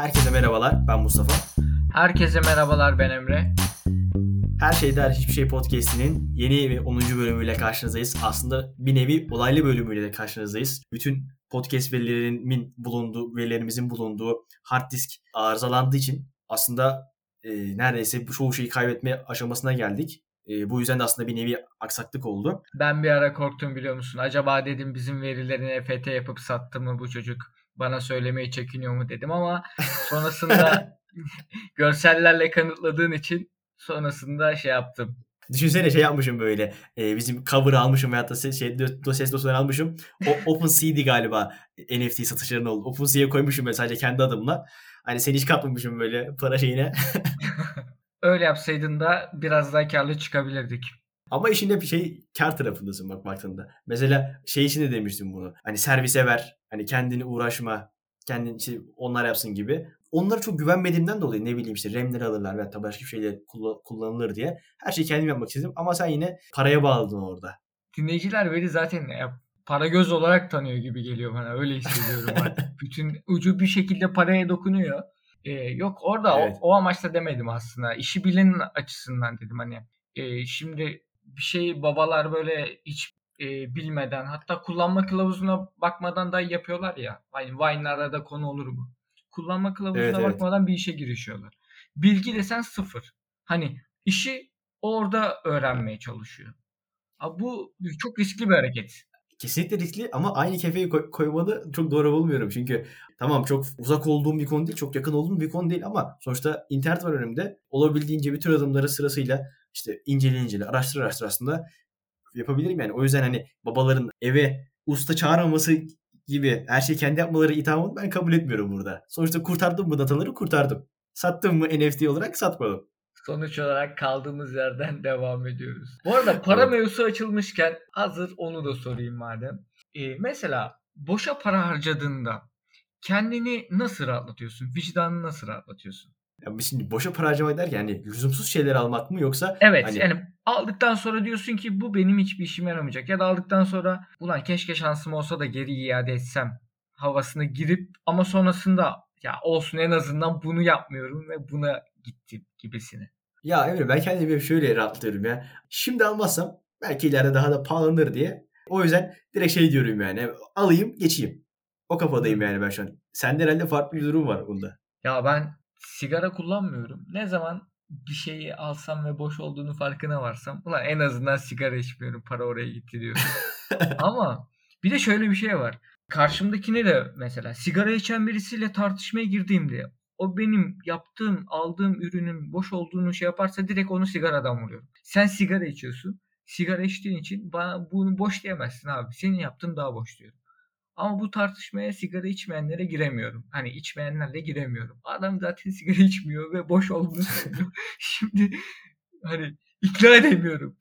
Herkese merhabalar, ben Mustafa. Herkese merhabalar, ben Emre. Her Şeyde Her Hiçbir Şey podcast'inin yeni ve 10. bölümüyle karşınızdayız. Aslında bir nevi olaylı bölümüyle de karşınızdayız. Bütün podcast verilerimizin bulunduğu hard disk arızalandığı için aslında neredeyse bu çoğu şeyi kaybetme aşamasına geldik. Bu yüzden de aslında bir nevi aksaklık oldu. Ben bir ara korktum, biliyor musun? Acaba dedim bizim verilerini EFT yapıp sattı mı bu çocuk? Bana söylemeyi çekiniyor mu dedim ama sonrasında görsellerle kanıtladığın için sonrasında şey yaptım. Düşünsene şey yapmışım böyle. Bizim cover'ı almışım veyahut da ses dosyaları almışım. O OpenSea'di galiba NFT satışlarının oldu. OpenSea'ya koymuşum böyle sadece kendi adımla. Hani sen hiç katmamışım böyle para şeyine. Öyle yapsaydın da biraz daha karlı çıkabilirdik. Ama işin hep kar tarafındasın bak baktığında. Mesela şey için de demiştim bunu. Hani servise ver. Hani kendini uğraşma. Kendin onlar yapsın gibi. Onlara çok güvenmediğimden dolayı ne bileyim RAM'leri alırlar veya da başka bir şeyler kullanılır diye. Her şeyi kendim yapmak istedim ama sen yine paraya bağladın orada. Dinleyiciler beni zaten para göz olarak tanıyor gibi geliyor bana. Öyle hissediyorum artık. Bütün ucu bir şekilde paraya dokunuyor. Yok orada Evet. o amaçla demedim aslında. İşi bilen açısından dedim hani. Şimdi bir şeyi babalar böyle hiç bilmeden, hatta kullanma kılavuzuna bakmadan da yapıyorlar ya. Hani Vine'larda da konu olur bu. Kullanma Evet, kılavuzuna evet. bakmadan bir işe girişiyorlar. Bilgi desen sıfır. Hani işi orada öğrenmeye çalışıyor. Abi bu çok riskli bir hareket. Kesinlikle riskli ama aynı kefeye koymanı çok doğru bulmuyorum. Çünkü tamam çok uzak olduğum bir konu değil, çok yakın olduğum bir konu değil ama sonuçta internet var önümde. Olabildiğince bütün adımları sırasıyla incele araştır aslında yapabilirim yani. O yüzden hani babaların eve usta çağırmaması gibi her şeyi kendi yapmaları ithamını ben kabul etmiyorum burada. Sonuçta kurtardım bu dataları kurtardım. Sattım mı NFT olarak satmadım. Sonuç olarak kaldığımız yerden devam ediyoruz. Bu arada para Evet. mevzusu açılmışken hazır onu da sorayım madem. Mesela boşa para harcadığında kendini nasıl rahatlatıyorsun? Vicdanını nasıl rahatlatıyorsun? Ya biz şimdi boşa para harcamak derken hani lüzumsuz şeyler almak mı yoksa Evet, hani yani aldıktan sonra diyorsun ki bu benim hiçbir işime yaramayacak. Ya da aldıktan sonra ulan keşke şansım olsa da geri iade etsem havasına girip ama sonrasında ya olsun en azından bunu yapmıyorum ve buna gittim gibisini. ya Emre ben kendimi şöyle rahatlıyorum ya. Şimdi almazsam belki ileride daha da pahalanır diye. O yüzden direkt diyorum yani. Alayım geçeyim. O kafadayım Hmm. yani ben şu an. Sende herhalde farklı bir durum var bunda. Ya ben sigara kullanmıyorum. Ne zaman bir şeyi alsam ve boş olduğunu farkına varsam ulan en azından sigara içmiyorum, para oraya gitti diyorum. Ama bir de şöyle bir şey var. Karşımdakine de mesela sigara içen birisiyle tartışmaya girdiğimde o benim aldığım ürünün boş olduğunu şey yaparsa direkt onu sigaradan vuruyorum. Sen sigara içiyorsun. Sigara içtiğin için bana bunu boş diyemezsin abi. Senin yaptığın daha boş diyorum. Ama bu tartışmaya sigara içmeyenlere giremiyorum. Hani içmeyenlerle giremiyorum. Adam zaten sigara içmiyor ve boş olduğunu söylüyor. Şimdi hani ikna edemiyorum.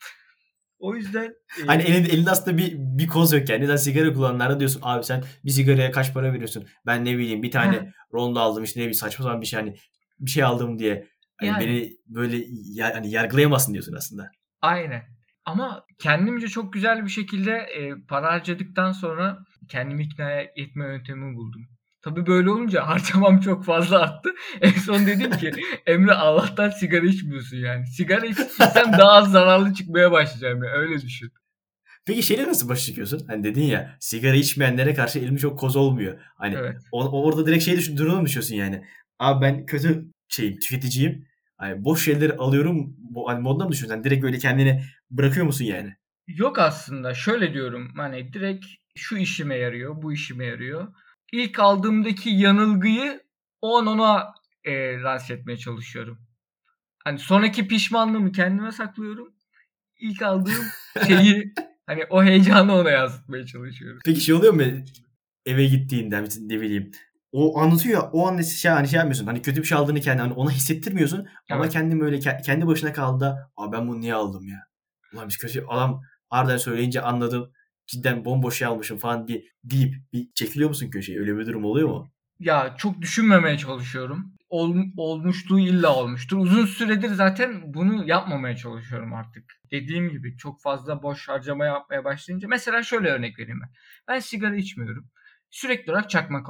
O yüzden Hani elinde aslında bir koz yok yani. Neden sigara kullananlara diyorsun abi sen bir sigaraya kaç para veriyorsun? Ben ne bileyim bir heh, tane rondo aldım ne bileyim saçma sapan bir şey hani bir şey aldım diye hani yani beni böyle hani yargılayamazsın diyorsun aslında. aynen. Ama kendimce çok güzel bir şekilde para harcadıktan sonra kendimi ikna etme yöntemimi buldum. Tabii böyle olunca harcamam çok fazla arttı. En son dedim ki Emre Allah'tan sigara içmiyorsun yani. Sigara içsem daha az zararlı çıkmaya başlayacağım ya. Öyle düşün. Peki şeyle nasıl başa çıkıyorsun? Hani dedin ya sigara içmeyenlere karşı elim çok koz olmuyor. Hani Evet. orada direkt duruma mı düşüyorsun yani? Abi ben kötü tüketiciyim. Hani boş şeyleri alıyorum. Hani moduna mı düşüyorsun? Hani direkt böyle kendini bırakıyor musun yani? Yok aslında şöyle diyorum hani direkt şu işime yarıyor, bu işime yarıyor. İlk aldığımdaki yanılgıyı o an ona lanse etmeye çalışıyorum. Hani sonraki pişmanlığımı kendime saklıyorum. İlk aldığım şeyi hani o heyecanı ona yansıtmaya çalışıyorum. Peki şey oluyor mu eve gittiğinde ne bileyim o anlatıyor ya o an hani yapmıyorsun. Hani kötü bir şey aldığını kendine hani ona hissettirmiyorsun ama Evet. kendin böyle kendi başına kaldığında abi ben bunu niye aldım ya? Ulan biz kötü adam harbiden söyleyince anladım. Cidden bomboş şey almışım falan deyip bir çekiliyor musun köşeye? Öyle bir durum oluyor mu? Ya çok düşünmemeye çalışıyorum. Olmuşluğu illa olmuştur. Uzun süredir zaten bunu yapmamaya çalışıyorum artık. Dediğim gibi çok fazla boş harcama yapmaya başlayınca mesela şöyle örnek vereyim ben. Ben sigara içmiyorum. Sürekli olarak çakmak alıyorum.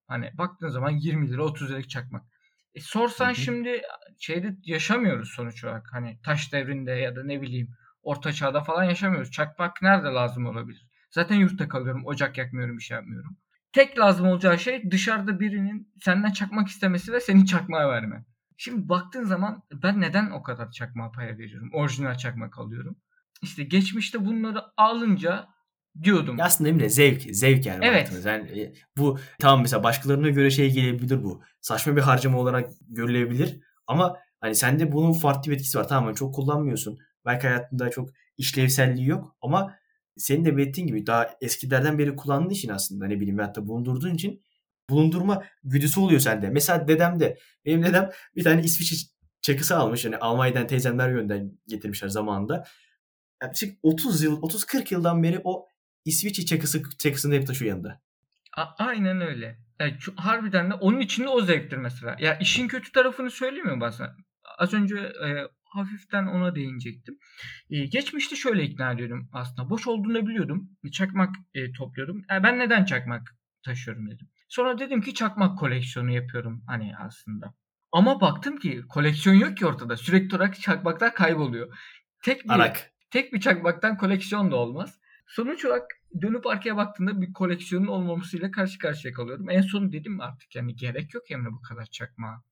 Hani baktığın zaman 20 lira 30 liralık çakmak. Hı Sorsan hı. şimdi şeyde yaşamıyoruz sonuç olarak. Hani taş devrinde ya da ne bileyim orta çağda falan yaşamıyoruz. Çakmak nerede lazım olabilir? Zaten yurtta kalıyorum. Ocak yakmıyorum, bir şey yapmıyorum. Tek lazım olacağı şey dışarıda birinin senden çakmak istemesi ve senin çakmağı vermen. Şimdi baktığın zaman ben neden o kadar çakmağa para veriyorum? Orijinal çakmak alıyorum. İşte geçmişte bunları alınca Ya diyordum. aslında Emre zevk yani baktığınız. Evet. Yani bu tamam, mesela başkalarına göre şey gelebilir bu. Saçma bir harcama olarak görülebilir ama hani sende bunun farklı bir etkisi var. Tamam, çok kullanmıyorsun. Belki hayatında çok işlevselliği yok ama senin de belirttiğin gibi daha eskilerden beri kullandığın için, aslında ne bileyim, hatta bulundurduğun için bulundurma güdüsü oluyor sende. Mesela benim dedem bir tane İsviçre çakısı almış. Yani Almanya'dan teyzemler yönden getirmişler zamanında. Yaklaşık 30 yıl, 30-40 yıldan beri o İsviçre çakısını hep taşıyor yanında. Aynen öyle. Yani harbiden de onun içinde o zevktir mesela. Ya işin kötü tarafını söyleyeyim mi ben sana? Az önce hafiften ona değinecektim. Geçmişte şöyle ikna ediyordum aslında. Boş olduğunu da biliyordum. Bir çakmak topluyordum. Ben neden çakmak taşıyorum dedim. Sonra dedim ki çakmak koleksiyonu yapıyorum hani aslında. Ama baktım ki koleksiyon yok ki ortada. Sürekli olarak çakmaklar kayboluyor. Tek bir Arak. tek bir çakmaktan koleksiyon da olmaz. Sonuç olarak dönüp arkaya baktığında bir koleksiyonun olmamasıyla karşı karşıya kalıyorum. En son dedim artık yani gerek yok Emre bu kadar çakmağa.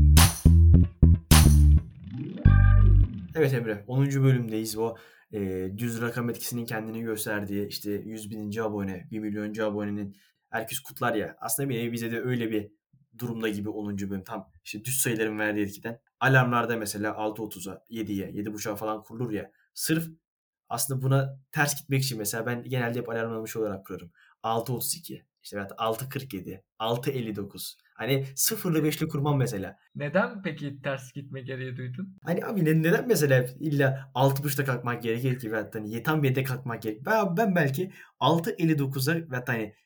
Evet Emre, 10. bölümdeyiz. O düz rakam etkisinin kendini gösterdiği, işte 100.000. abone, 1 milyoncu abonenin herkes kutlar ya. Aslında bir nevi bize de öyle bir durumda gibi 10. bölüm. Tam işte düz sayıların verdiği etkiden. Alarmlarda mesela 6.30'a, 7'ye, 7.30'a falan kurulur ya. Sırf aslında buna ters gitmek için mesela ben genelde hep alarmlamış olarak kurarım. 6.32, işte veyahut da 6.47, 6.59. Hani 0 ile 5'li kurmam mesela. Neden peki ters gitme gereği duydun? Hani abi neden mesela illa 6.30'da kalkmak gerekir ki, veyahut da hani tam 7'de kalkmak gerek. Ben belki 6.59'a veyahut da hani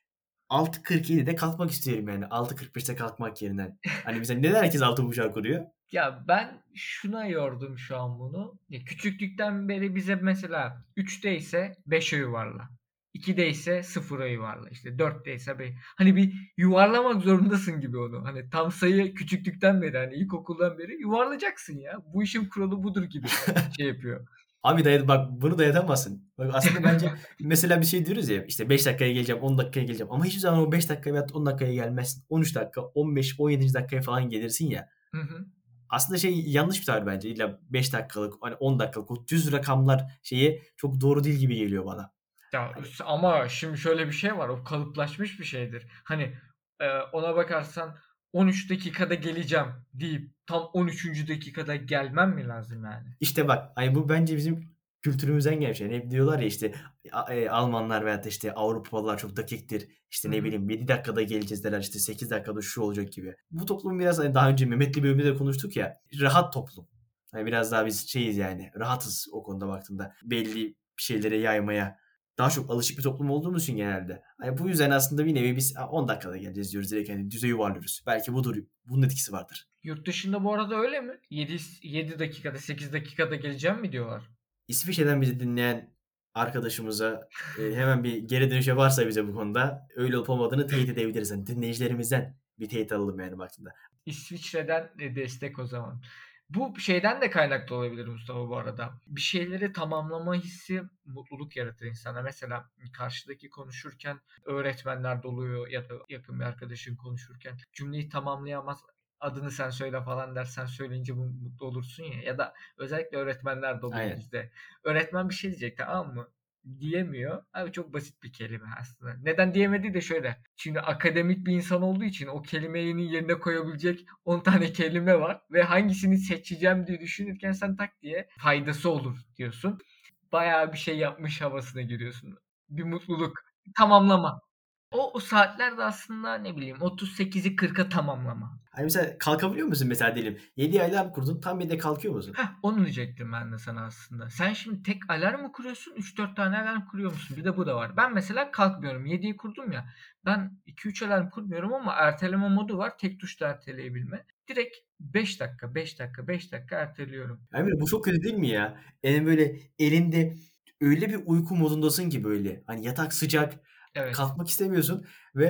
6.47'de kalkmak istiyorum yani. 6.45'te kalkmak yerine. Hani mesela neden herkes 6.30'a kuruyor? Ya ben şuna yordum şu an bunu. Ya küçüklükten beri bize mesela 3'te ise 5'e yuvarla. 2'de ise 0'a yuvarla. İşte 4'te ise 5. Hani bir yuvarlamak zorundasın gibi onu. Hani tam sayı küçüklükten beri hani ilkokuldan beri yuvarlayacaksın ya. Bu işin kuralı budur gibi şey yapıyor. Abi bak, bunu dayatamazsın. Bak aslında bence mesela bir şey diyoruz ya, işte 5 dakikaya geleceğim, 10 dakikaya geleceğim. Ama hiçbir zaman o 5 dakika veya 10 dakikaya gelmezsin. 13 dakika, 15, 17. dakikaya falan gelirsin ya. Hı hı. Aslında yanlış bir tabir bence. İlla 5 dakikalık, hani 10 dakikalık o düz rakamlar çok doğru değil gibi geliyor bana. Ya Hani ama şimdi şöyle bir şey var. O kalıplaşmış bir şeydir. Hani ona bakarsan 13 dakikada geleceğim deyip tam 13. dakikada gelmem mi lazım yani? işte bak, hani bu bence bizim kültürümüzden gelmiş. Yani hep diyorlar ya, işte Almanlar veyahut da işte Avrupalılar çok dakiktir. Hı İşte ne hı. bileyim 7 dakikada geleceğiz derler, işte 8 dakikada şu olacak gibi. Bu toplum biraz, hani daha önce Mehmet'li bölümde de konuştuk ya, rahat toplum. Hani biraz daha biz şeyiz yani, rahatız o konuda baktığında. Belli bir şeylere yaymaya daha çok alışık bir toplum olduğumuz için genelde. Hani bu yüzden aslında bir nevi biz 10 dakikada geleceğiz diyoruz, direkt hani düze yuvarlıyoruz. Belki bunun etkisi vardır. Yurt dışında bu arada öyle mi? 7 dakikada 8 dakikada geleceğim mi diyorlar? İsviçre'den bizi dinleyen arkadaşımıza hemen bir geri dönüşe varsa bize bu konuda, öyle olup olmadığını teyit edebiliriz. Yani dinleyicilerimizden bir teyit alalım yani baktığında. İsviçre'den destek o zaman. Bu şeyden de kaynaklı olabilir Mustafa bu arada. Bir şeyleri tamamlama hissi mutluluk yaratır insana. Mesela karşıdaki konuşurken öğretmenler doluyor ya da yakın bir arkadaşın konuşurken cümleyi tamamlayamaz. Adını sen söyle falan dersen söyleyince mutlu olursun ya. Ya da özellikle öğretmenler doluyor Aynen. bizde. Öğretmen bir şey diyecek, tamam mı? Diyemiyor. Abi çok basit bir kelime aslında. Neden diyemediği de şöyle. Şimdi akademik bir insan olduğu için o kelimeyi yerine koyabilecek 10 tane kelime var ve hangisini seçeceğim diye düşünürken sen tak diye faydası olur diyorsun. Bayağı bir şey yapmış havasına giriyorsun. Bir mutluluk, bir tamamlama. O saatlerde aslında ne bileyim 38'i 40'a tamamlama. Hani mesela kalkabiliyor musun, mesela diyelim 7 alarm kurdun, tam 7'de kalkıyor musun? Heh, onu diyecektim ben de sana aslında. Sen şimdi tek alarm mı kuruyorsun? 3-4 tane alarm kuruyor musun? Bir de bu da var. Ben mesela kalkmıyorum. 7'yi kurdum ya. Ben 2-3 alarm kurmuyorum ama erteleme modu var. Tek tuşla erteleyebilme. Direkt 5 dakika, 5 dakika, 5 dakika erteliyorum. Emre, bu çok kötü değil mi ya? Yani böyle elinde öyle bir uyku modundasın ki, böyle hani yatak sıcak, Evet. kalkmak istemiyorsun ve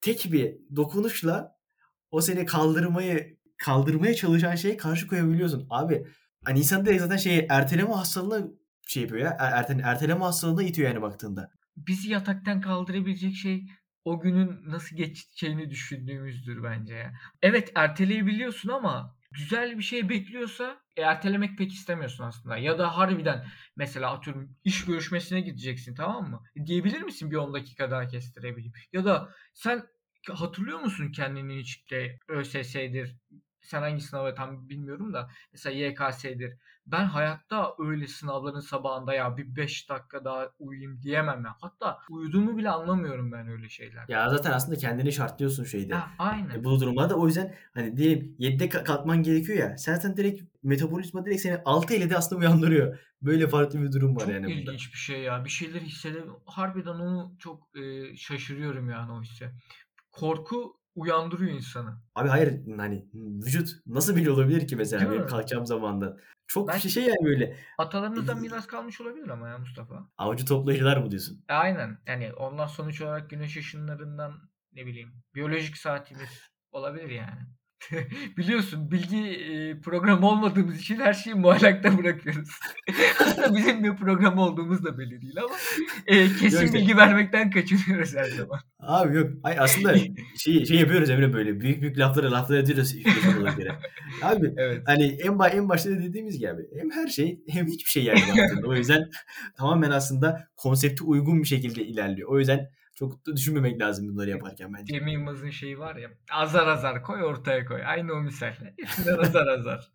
tek bir dokunuşla o seni kaldırmaya çalışan şeye karşı koyabiliyorsun. Abi hani insan direkt zaten erteleme hastalığına şey yapıyor ya. Erteleme hastalığına itiyor yani baktığında. Bizi yataktan kaldırabilecek şey o günün nasıl geçeceğini düşündüğümüzdür bence ya. Evet, erteleyebiliyorsun ama güzel bir şey bekliyorsa ertelemek pek istemiyorsun aslında. Ya da harbiden mesela atıyorum iş görüşmesine gideceksin, tamam mı? Diyebilir misin bir 10 dakika daha kestirebileyim? Ya da sen hatırlıyor musun kendini hiç de ÖSS'dir, sen hangi sınava tam bilmiyorum da mesela YKS'dir. Ben hayatta öyle sınavların sabahında ya bir 5 dakika daha uyuyayım diyemem ya. Hatta uyuduğumu bile anlamıyorum ben öyle şeylerde. Ya zaten aslında kendini şartlıyorsun şeyde. Aynen. Bu durumlarda o yüzden hani diyelim 7'de kalkman gerekiyor ya. Sen direkt metabolizma direkt seni 6.50'de aslında uyandırıyor. Böyle farklı bir durum var Çok yani bunda. ilginç bir şey ya. Bir şeyler harbiden onu çok şaşırıyorum yani o hisse. Korku uyandırıyor insanı. Abi hayır hani vücut nasıl biliyor olabilir ki mesela Değil benim mi? kalkacağım zamanda? Çok Belki yani böyle. E, atalarımızdan miras kalmış olabilir ama ya Mustafa. Avcı toplayıcılar mı diyorsun? Aynen. Yani ondan sonuç olarak güneş ışınlarından ne bileyim biyolojik saatimiz olabilir yani. Biliyorsun bilgi programı olmadığımız için her şeyi muallakta bırakıyoruz. Aslında bizim bir program olduğumuz da belli değil ama Yok kesin işte. bilgi vermekten kaçınıyoruz her zaman. Abi yok. Ay aslında şey yapıyoruz Emre böyle. Büyük büyük laflar ediyoruz filozoflara göre. Abi Evet. hani en başta da dediğimiz gibi hem her şey hem hiçbir şey yani baktığında. O yüzden tamamen aslında konsepte uygun bir şekilde ilerliyor. O yüzden çok da düşünmemek lazım bunları yaparken bence. Cem Yılmaz'ın şeyi var ya, azar azar koy ortaya koy. Aynı o misal. Hepsinden azar azar.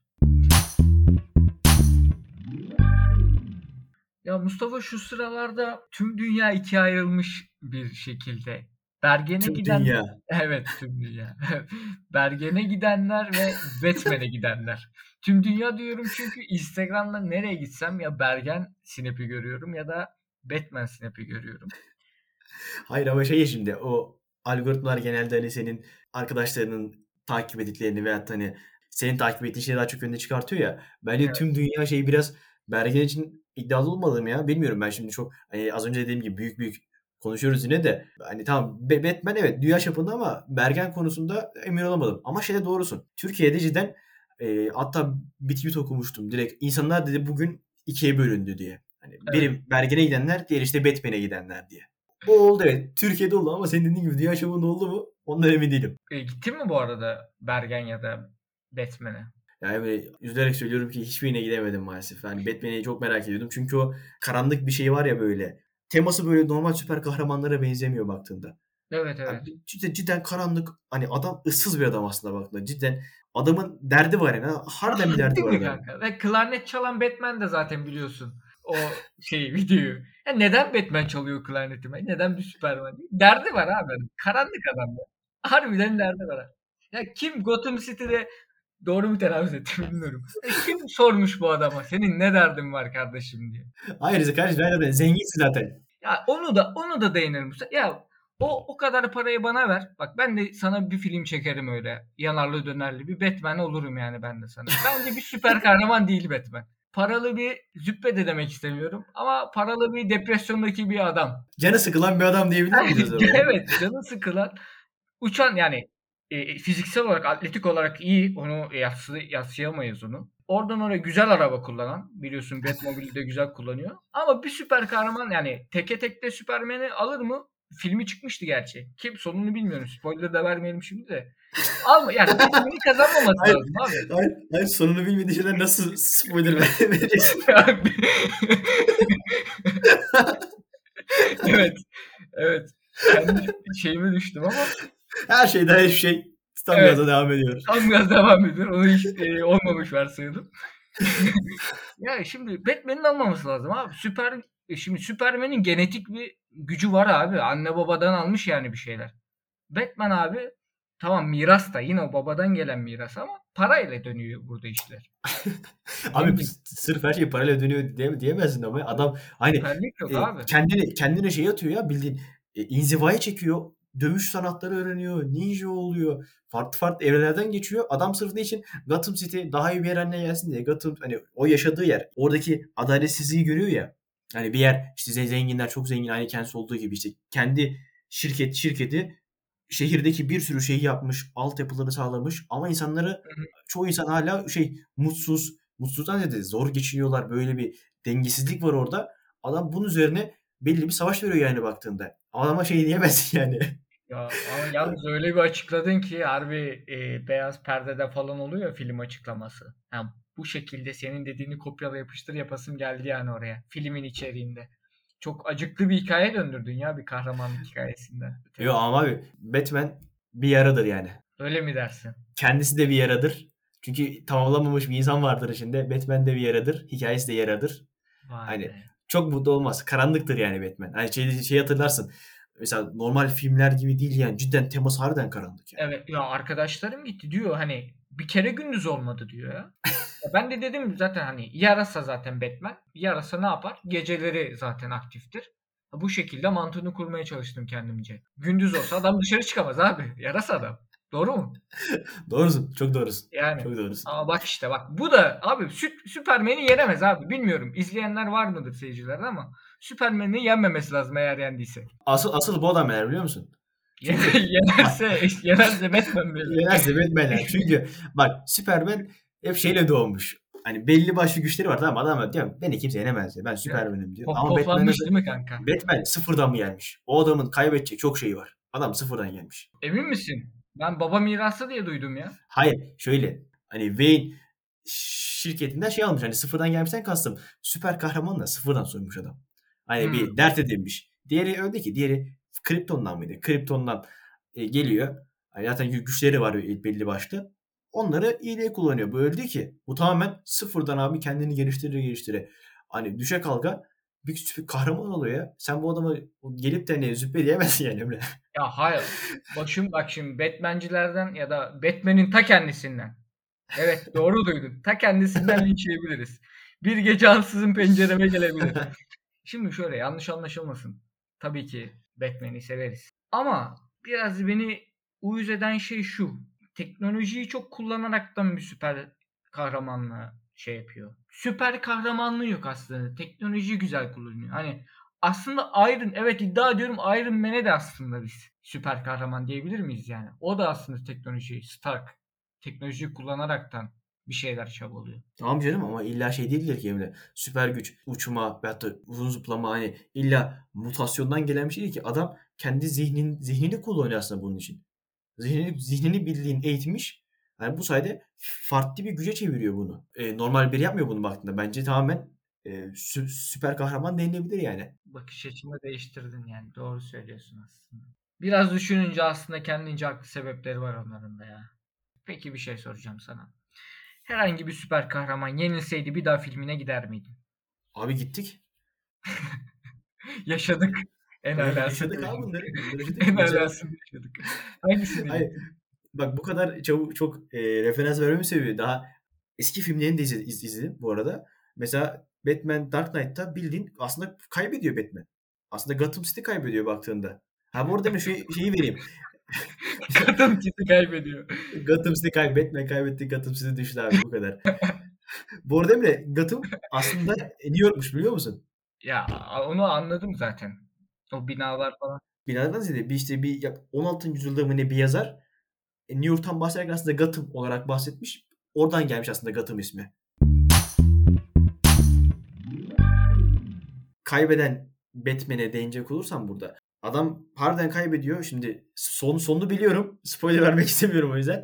Ya Mustafa, şu sıralarda tüm dünya ikiye ayrılmış bir şekilde. Bergen'e Tüm giden dünya. evet, tüm dünya. Bergen'e gidenler ve Batman'e gidenler. Tüm dünya diyorum çünkü Instagram'da nereye gitsem ya Bergen Snap'i görüyorum ya da Batman Snap'i görüyorum. Hayır ama şimdi o algoritmalar genelde hani senin arkadaşlarının takip ettiklerini veyahut da hani senin takip ettiğin şeyi daha çok önüne çıkartıyor ya. Bence Evet, tüm dünya biraz Bergen için iddialı olmalı mı ya? Bilmiyorum ben şimdi çok hani az önce dediğim gibi büyük büyük konuşuyoruz yine de. Hani tamam Batman evet dünya çapında ama Bergen konusunda emin olamadım. Ama doğrusun. Türkiye'de cidden hatta bir tweet okumuştum direkt. İnsanlar dedi bugün ikiye bölündü diye. Hani evet. biri Bergen'e gidenler, diğeri işte Batman'e gidenler diye. O oldu evet. Türkiye'de oldu ama senin dediğin gibi dünya çapında oldu mu? Ondan emin değilim. Gittin mi bu arada Bergen ya da Batman'e? Yani böyle üzülerek söylüyorum ki hiçbirine gidemedim maalesef. Yani Batman'i çok merak ediyordum. Çünkü o karanlık bir şey var ya böyle. Teması böyle normal süper kahramanlara benzemiyor baktığında. Evet, Yani evet. cidden karanlık. Hani adam ıssız bir adam aslında baktığında. Cidden adamın derdi var yani. Harbiden bir derdi Değil var mi adamın. kanka? Ve klarnet çalan Batman de zaten biliyorsun o videoyu. Ya neden Batman çalıyor klarnetimi? Neden bir Superman değil? Derdi var abi. Karanlık adam ya. Harbiden derdi var. Ya kim Gotham City'de, doğru mu telaffuz ettim bilmiyorum. Kim sormuş bu adama senin ne derdin var kardeşim diye. Hayır kardeşim zaten zenginsin zaten. Ya onu da değinelim. Ya o kadar parayı bana ver. Bak ben de sana bir film çekerim öyle. Yanarlı dönerli bir Batman olurum yani ben de sana. Bence bir süper kahraman değil Batman. Paralı bir züppe de demek istemiyorum. Ama paralı bir depresyondaki bir adam. Canı sıkılan bir adam diyebilir miyiz o zaman? Evet, canı sıkılan, uçan yani fiziksel olarak, atletik olarak iyi. Onu yadsıyamayız onu. Oradan oraya güzel araba kullanan. Biliyorsun Batmobile'i de güzel kullanıyor. Ama bir süper kahraman yani teke tekte Superman'i alır mı? Filmi çıkmıştı gerçi. Kim sonunu bilmiyorum. Spoiler da vermeyelim şimdi de. Alma yani Batman'i kazanmaması Hayır, lazım abi. hayır sonunu bilmediği şeyler nasıl spoiler vereceksin? Evet. Evet. Kendi şeyime düştüm ama Her şeyden hiçbir şey tam evet. gaza devam ediyor. Tam gaz devam ediyor. Onu hiç olmamış varsayalım. Ya şimdi Batman'in almaması lazım abi. Şimdi Superman'in genetik bir gücü var abi. Anne babadan almış yani bir şeyler. Batman abi tamam miras da yine o babadan gelen miras ama parayla dönüyor burada işler. Abi Zengin. sırf her şey parayla dönüyor diyemezsin ama adam hani Süper Lig yok abi. kendine atıyor ya bildiğin inzivaya çekiyor. Dövüş sanatları öğreniyor. Ninja oluyor. Farklı farklı evrelerden geçiyor. Adam sırf ne için? Gotham City daha iyi bir yer haline gelsin diye. Gotham hani o yaşadığı yer. Oradaki adaletsizliği görüyor ya. Hani bir yer işte zenginler çok zengin aynı kendisi olduğu gibi işte kendi şirketi şehirdeki bir sürü şeyi yapmış, altyapıları sağlamış ama insanları Hı hı. çoğu insan hala mutsuz, mutsuzdan ziyade zor geçiniyorlar. Böyle bir dengesizlik var orada. Adam bunun üzerine belli bir savaş veriyor yani baktığında. Adama şey diyemezsin yani. Ya ama yalnız öyle bir açıkladın ki harbi beyaz perdede falan oluyor ya film açıklaması. Ha, bu şekilde senin dediğini kopyala yapıştır yapasım geldi yani oraya. Filmin içeriğinde. Çok acıklı bir hikaye döndürdün ya bir kahramanlık hikayesinden Yo öte. ama abi Batman bir yaradır yani. Öyle mi dersin? Kendisi de bir yaradır. Çünkü tamamlanmamış bir insan vardır içinde. Batman de bir yaradır. Hikayesi de yaradır. Vay Hani be. çok mutlu olmaz. Karanlıktır yani Batman. Hani şey hatırlarsın. Mesela normal filmler gibi değil yani. Cidden teması harbiden karanlık yani. Evet ya arkadaşlarım gitti diyor hani bir kere gündüz olmadı diyor ya. Ya ben de dedim zaten hani yarasa zaten Batman. Yarasa ne yapar? Geceleri zaten aktiftir. Bu şekilde mantığını kurmaya çalıştım kendimce. Gündüz olsa adam dışarı çıkamaz abi. Yarasa adam. Doğru mu? Doğrusun. Çok doğrusun. Yani. Çok doğrusun. Ama bak işte bak bu da abi Süpermen'i yenemez abi. Bilmiyorum izleyenler var mıdır seyirciler ama Süpermen'i yenmemesi lazım eğer yendiyse. Asıl bu adam yani biliyor musun? Çünkü bak Yenerse Batman böyle. yenerse Batman'ler. Çünkü bak Superman hep şeyle doğmuş. Hani belli başlı güçleri var tamam mı? Adam diyor beni kimse yenemez diyor. Ben Ya, Superman'im diyor. Ama Batman Poflanmış nasıl? değil mi kanka? Batman sıfırdan mı gelmiş? O adamın kaybedecek çok şeyi var. Adam sıfırdan gelmiş. Emin misin? Ben baba mirası diye duydum ya. Hayır şöyle hani Wayne şirketinden şey almış. Hani sıfırdan gelmişten kastım. Süper kahramanla sıfırdan soymuş adam. Hani Hmm. bir dert edinmiş. Diğeri öyle ki diğeri Krypton'dan mıydı? Krypton'dan geliyor. Hani zaten güçleri var belli başlı. Onları iyiliğe kullanıyor. Bu öyle değil ki. Bu tamamen sıfırdan abi kendini geliştire. Hani düşe kalka bir süper kahraman oluyor ya. Sen bu adamı gelip de hani züppe diyemezsin yani Emre. Ya hayır. Bak şimdi Batman'cilerden ya da Batman'in ta kendisinden. Evet doğru duydun. Ta kendisinden linçleyebiliriz. Bir gece ansızın pencereme gelebilir. Şimdi şöyle yanlış anlaşılmasın. Tabii ki Batman'i severiz. Ama biraz beni uyuz eden şey şu. Teknolojiyi çok kullanaraktan bir süper kahramanlığı şey yapıyor. Süper kahramanlığı yok aslında. Teknolojiyi güzel kullanıyor. Hani aslında evet iddia ediyorum Iron Man'e de aslında biz süper kahraman diyebilir miyiz yani? O da aslında teknolojiyi kullanaraktan bir şeyler çabalıyor. Tamam canım ama illa şey değildir ki Emre. Süper güç, uçma veyahut da uzun zıplama hani illa mutasyondan gelen bir şey değil ki. Adam kendi zihnini kullanıyor aslında bunun için. Zihnini bildiğin eğitmiş. Yani bu sayede farklı bir güce çeviriyor bunu. Normal biri yapmıyor bunu baktığında. Bence tamamen süper kahraman denilebilir yani. Bakış açımı değiştirdin yani. Doğru söylüyorsun aslında. Biraz düşününce aslında kendince haklı sebepleri var onların da ya. Peki bir şey soracağım sana. Herhangi bir süper kahraman yenilseydi bir daha filmine gider miydin? Abi gittik. Yaşadık. En alasını Yaşadık abi yaşadık. bunları. Bunları yaşadık. En Mesela alasını yaşadık. Hangisini hayır, gittin? bak bu kadar çok referans vermemi seviyor. Daha eski filmlerini de izledim bu arada. Mesela Batman Dark Knight'ta bildiğin aslında kaybediyor Batman. Aslında Gotham City kaybediyor baktığında. Ha bu arada şeyi vereyim. Kadın kiti kaybediyor. Gotham City Batman kaybetti. Gotham City düştü abi bu kadar. Bu arada Emre Gotham aslında New York'muş biliyor musun? Ya onu anladım zaten. O binalar falan. Binalardan ziyade bir 16. yüzyılda mı ne bir yazar New York'tan bahsederken aslında Gotham olarak bahsetmiş. Oradan gelmiş aslında Gotham ismi. Kaybeden Batman'e değinecek olursam burada. Adam harbiden kaybediyor. Şimdi sonunu biliyorum. Spoiler vermek istemiyorum o yüzden.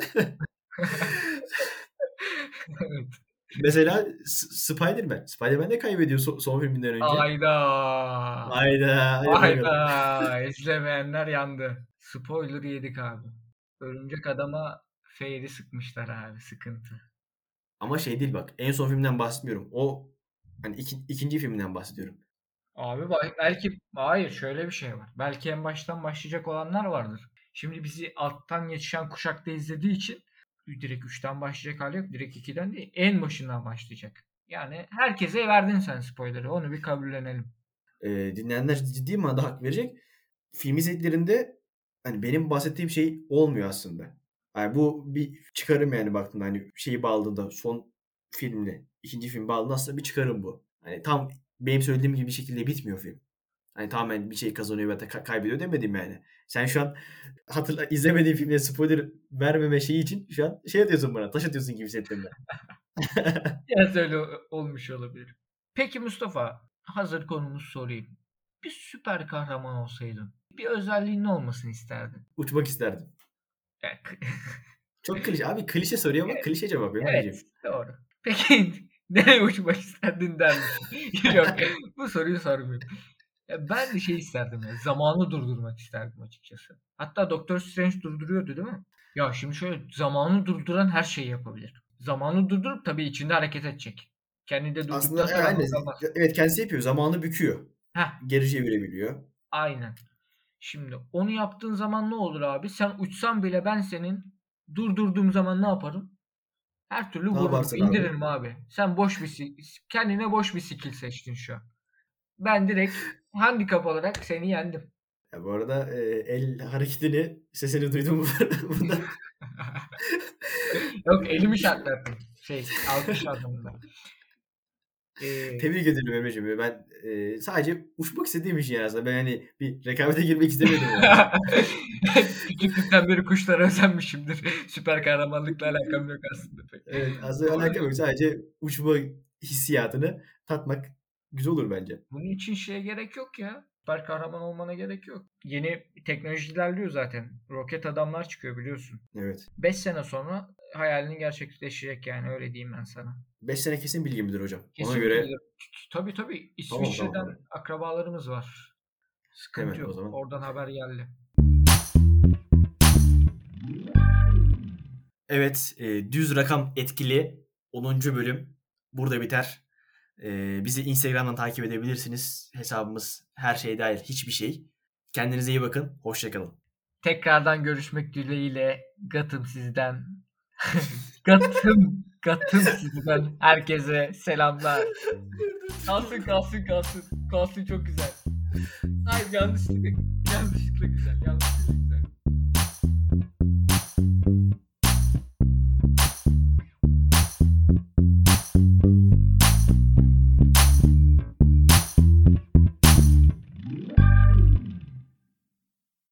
Evet. Mesela Spider-Man. Spider-Man de kaybediyor son filminden önce. Ayda. Hayda. Hadi bakalım. Hayda. İzlemeyenler yandı. Spoiler yedik abi. Örümcek Adam'a Fairy sıkmışlar abi. Sıkıntı. Ama şey değil bak. En son filmden bahsetmiyorum. O hani ikinci filminden bahsediyorum. Abi belki hayır şöyle bir şey var. Belki en baştan başlayacak olanlar vardır. Şimdi bizi alttan yetişen kuşakta izlediği için direkt 3'ten başlayacak hali yok. Direkt 2'den değil. En başından başlayacak. Yani herkese verdin sen spoiler'ı. Onu bir kabullenelim. Dinleyenler ciddi manada hak verecek. Film izlediklerinde hani benim bahsettiğim şey olmuyor aslında. Yani bu bir çıkarım yani baktığında hani şeyi bağladığında son filmle ikinci film bağladığında aslında bir çıkarım bu. Hani tam benim söylediğim gibi bir şekilde bitmiyor film. Hani tamamen bir şey kazanıyor ve kaybediyor demedim yani. Sen şu an izlemediğin filmde spoiler vermeme şeyi için şu an şey atıyorsun bana. Taş atıyorsun gibi hissettim ben. Biraz öyle olmuş olabilir. Peki Mustafa, hazır konumuz sorayım. Bir süper kahraman olsaydın, bir özelliğin ne olmasını isterdin? Uçmak isterdim. Evet. Çok klişe. Abi klişe soruyor ama klişe cevap veriyorum Evet, anneciğim. doğru. Peki nereye uçmak isterdin der misin? Yok, bu soruyu sormuyorum. Ya ben de şey isterdim ya, zamanı durdurmak isterdim açıkçası. Hatta Doktor Strange durduruyordu değil mi? Ya şimdi şöyle, zamanı durduran her şeyi yapabilir. Zamanı durdurup tabii içinde hareket edecek. Kendi de durduktan Aslında sonra aynen. kalmaz. Evet kendisi yapıyor. Zamanı büküyor. Heh, Geri çevirebiliyor. aynen. Şimdi onu yaptığın zaman ne olur abi? Sen uçsan bile ben senin durdurduğum zaman ne yaparım? Her türlü Ne vururum, yaparsın abi? indiririm abi. Sen kendine boş bir skill seçtin şu an. Ben direkt handikap olarak seni yendim. Ya bu arada el hareketini, sesini duydum burada. Yok, elimi şartlattım. Alkış anlamında. Tebrik ederim Emre'ciğim. Ben sadece uçmak istediğim için yani aslında. Ben hani bir rekabete girmek istemiyordum yani. Küçüklükten beri kuşlara özenmişimdir. Süper kahramanlıkla alakam yok aslında pek. Evet aslında Doğru. alakam yok. Sadece uçma hissiyatını tatmak güzel olur bence. Bunun için şeye gerek yok ya. Süper kahraman olmana gerek yok. Yeni teknoloji ilerliyor zaten. Roket adamlar çıkıyor biliyorsun. Evet. 5 sene sonra hayalini gerçekleşecek yani, öyle diyeyim ben sana. 5 sene kesin bilgimdir hocam. Ona Kesin göre bilir. Tabii. tamam. İsviçre'den akrabalarımız var. Sıkıntı Hemen o yok. zaman. Oradan haber geldi. Evet, düz rakam etkili 10. bölüm burada biter. Bizi Instagram'dan takip edebilirsiniz. Hesabımız her şey dahil hiçbir şey. Kendinize iyi bakın. Hoşça kalın. Tekrardan görüşmek dileğiyle Gatım sizden. Gatım sizden. Herkese selamlar. Kalsın. Kalsın çok güzel. Hayır, yanlışlıkla güzel. Yanlışlıkla güzel.